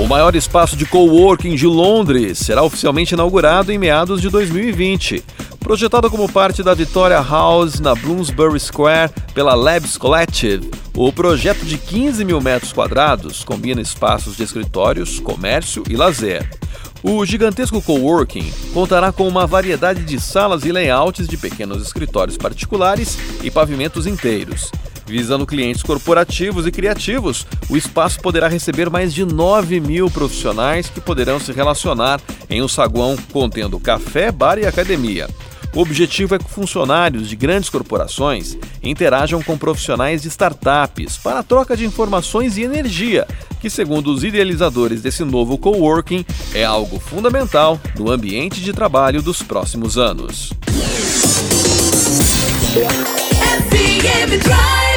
O maior espaço de coworking de Londres será oficialmente inaugurado em meados de 2020. Projetado como parte da Victoria House na Bloomsbury Square pela Labs Collective, o projeto de 15 mil metros quadrados combina espaços de escritórios, comércio e lazer. O gigantesco coworking contará com uma variedade de salas e layouts de pequenos escritórios particulares e pavimentos inteiros. Visando clientes corporativos e criativos, o espaço poderá receber mais de 9 mil profissionais que poderão se relacionar em um saguão contendo café, bar e academia. O objetivo é que funcionários de grandes corporações interajam com profissionais de startups para a troca de informações e energia, que, segundo os idealizadores desse novo coworking, é algo fundamental no ambiente de trabalho dos próximos anos. FM Drive.